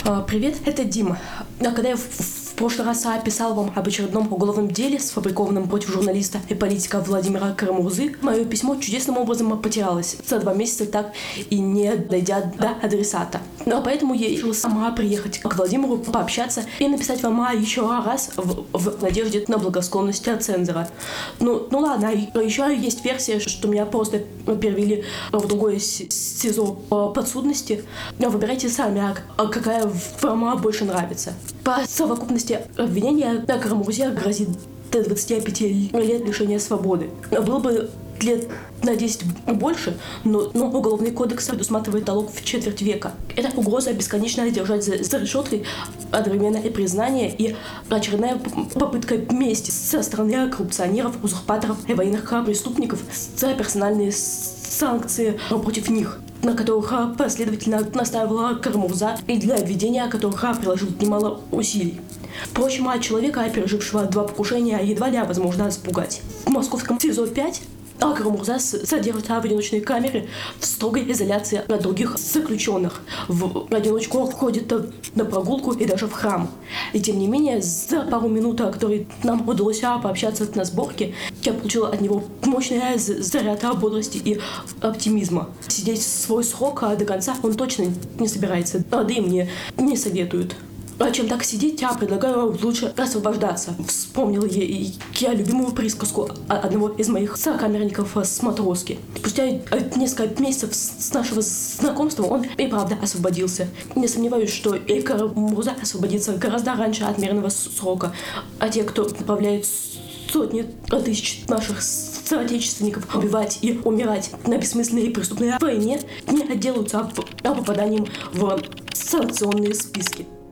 Привет, это Дима. Когда я в прошлый раз описал вам об очередном уголовном деле, сфабрикованном против журналиста и политика Владимира Карамурзы, мое письмо чудесным образом потерялось за 2 месяца, так и не дойдя до адресата. Но поэтому я решила сама приехать к Владимиру, пообщаться и написать вам еще раз в надежде на благосклонность цензора. Ну ладно, еще есть версия, что меня просто перевели в другое СИЗО подсудности. Но выбирайте сами, какая вам больше нравится. По совокупности обвинения Карамурзе грозит до 25 лет лишения свободы. Было бы лет на 10 больше, но Уголовный кодекс предусматривает залог в четверть века. Это угроза бесконечно держать за решеткой, одновременно и признание, и очередная попытка мести со стороны коррупционеров, узурпаторов и военных преступников за персональные санкции против них, на которых последовательно настаивала Карамурза и для введения которых приложил немало усилий. Впрочем, человека, пережившего 2 покушения, едва ли возможно испугать. В московском СИЗО-5 Карамурза содержится в одиночной камере в строгой изоляции от других заключенных. В одиночку ходит на прогулку и даже в храм. И тем не менее, за пару минут, которые нам удалось пообщаться на сборке, я получила от него мощный заряд бодрости и оптимизма. Сидеть свой срок до конца он точно не собирается, да и мне не советуют. Чем так сидеть, я предлагаю лучше освобождаться. Вспомнила я любимую присказку одного из моих сокамерников с Матроски. Спустя несколько месяцев с нашего знакомства он и правда освободился. Не сомневаюсь, что и Карамурза освободится гораздо раньше отмеренного срока. А те, кто направляет сотни тысяч наших соотечественников убивать и умирать на бессмысленной и преступной войне, не отделаются попаданием в санкционные списки.